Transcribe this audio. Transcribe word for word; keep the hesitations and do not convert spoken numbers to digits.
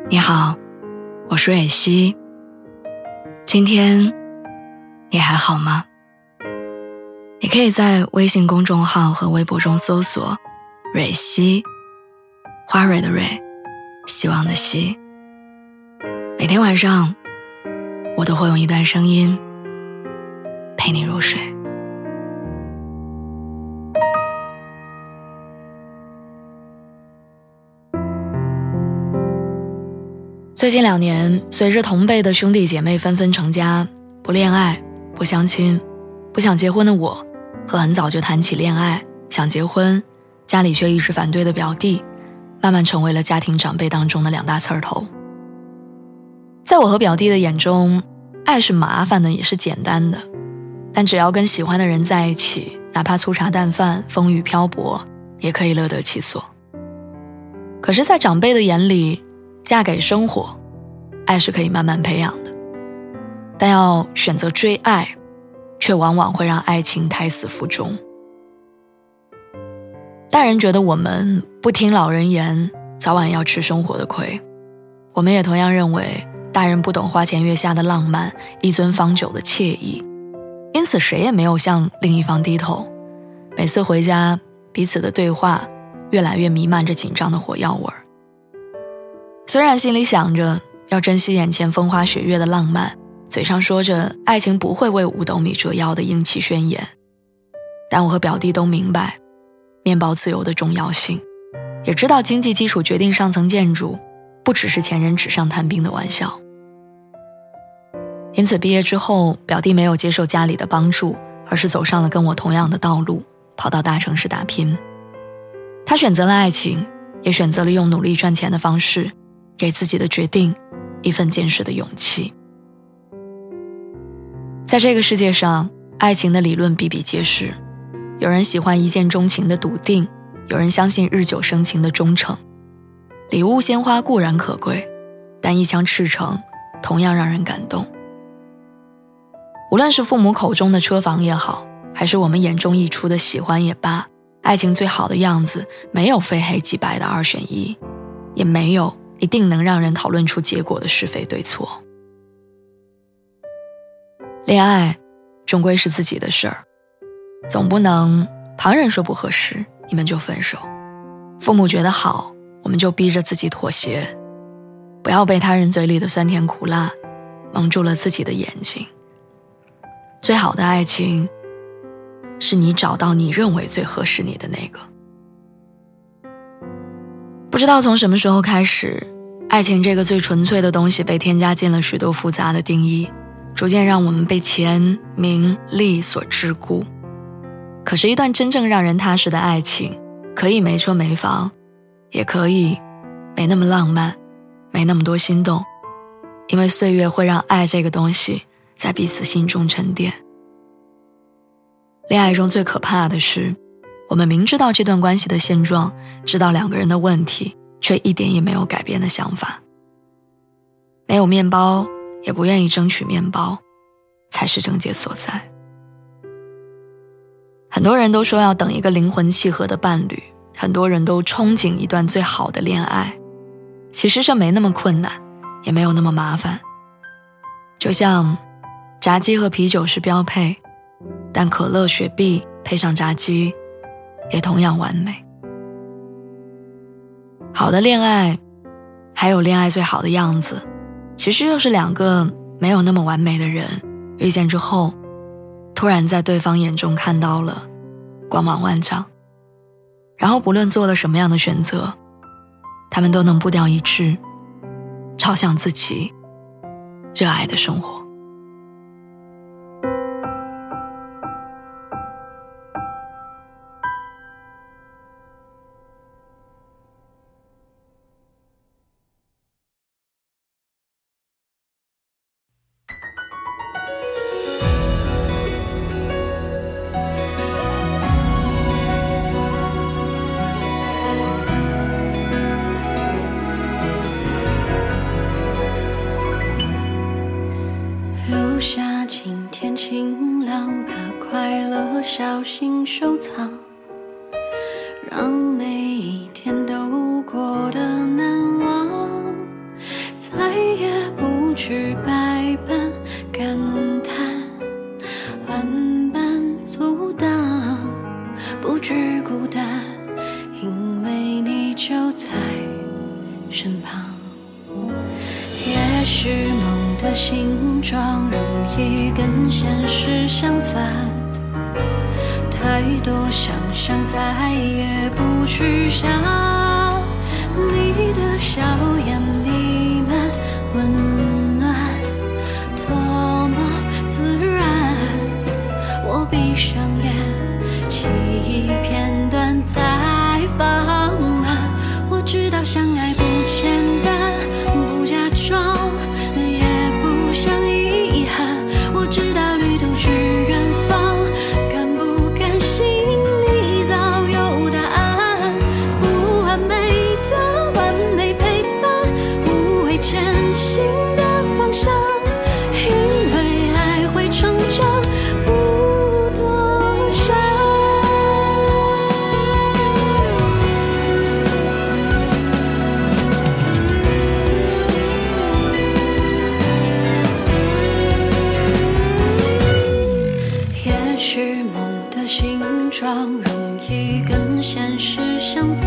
你好，我是蕊希。今天你还好吗？你可以在微信公众号和微博中搜索蕊希，花蕊的蕊，希望的希。每天晚上我都会用一段声音陪你入睡。最近两年，随着同辈的兄弟姐妹纷纷成家，不恋爱，不相亲，不想结婚的我，和很早就谈起恋爱，想结婚，家里却一直反对的表弟，慢慢成为了家庭长辈当中的两大刺儿头。在我和表弟的眼中，爱是麻烦的，也是简单的，但只要跟喜欢的人在一起，哪怕粗茶淡饭，风雨漂泊，也可以乐得其所。可是在长辈的眼里，嫁给生活，爱是可以慢慢培养的，但要选择追爱，却往往会让爱情胎死腹中。大人觉得我们不听老人言，早晚要吃生活的亏。我们也同样认为，大人不懂花前月下的浪漫，一樽芳酒的惬意，因此谁也没有向另一方低头。每次回家，彼此的对话越来越弥漫着紧张的火药味儿。虽然心里想着要珍惜眼前风花雪月的浪漫，嘴上说着爱情不会为五斗米折腰的硬气宣言，但我和表弟都明白面包自由的重要性，也知道经济基础决定上层建筑，不只是前人纸上谈兵的玩笑。因此毕业之后，表弟没有接受家里的帮助，而是走上了跟我同样的道路，跑到大城市打拼。他选择了爱情，也选择了用努力赚钱的方式给自己的决定一份坚实的勇气。在这个世界上，爱情的理论比比皆是，有人喜欢一见钟情的笃定，有人相信日久生情的忠诚。礼物鲜花固然可贵，但一腔赤诚同样让人感动。无论是父母口中的车房也好，还是我们眼中溢出的喜欢也罢，爱情最好的样子没有非黑即白的二选一，也没有一定能让人讨论出结果的是非对错。恋爱终归是自己的事儿，总不能旁人说不合适你们就分手，父母觉得好我们就逼着自己妥协，不要被他人嘴里的酸甜苦辣蒙住了自己的眼睛。最好的爱情是你找到你认为最合适你的那个。不知道从什么时候开始，爱情这个最纯粹的东西被添加进了许多复杂的定义，逐渐让我们被钱、名、利所桎梏。可是一段真正让人踏实的爱情，可以没车没房，也可以没那么浪漫，没那么多心动，因为岁月会让爱这个东西在彼此心中沉淀。恋爱中最可怕的是，我们明知道这段关系的现状，知道两个人的问题，却一点也没有改变的想法。没有面包，也不愿意争取面包，才是症结所在。很多人都说要等一个灵魂契合的伴侣，很多人都憧憬一段最好的恋爱，其实这没那么困难，也没有那么麻烦。就像炸鸡和啤酒是标配，但可乐、雪碧配上炸鸡也同样完美。好的恋爱，还有恋爱最好的样子，其实就是两个没有那么完美的人遇见之后，突然在对方眼中看到了光芒万丈，然后不论做了什么样的选择，他们都能步调一致，朝向自己热爱的生活。 的形状容易跟现实相反，太多想象再也不去想，你的笑颜弥漫温暖，多么自然。我闭上眼，记忆片段在放慢。我知道相爱不简单，不假装，也不想遗憾。我知道旅途去远方，敢不敢心里早有答案。不完美的完美陪伴，无畏前行的方向，因为爱会成长，不躲闪。也许梦的形状容易跟现实相反，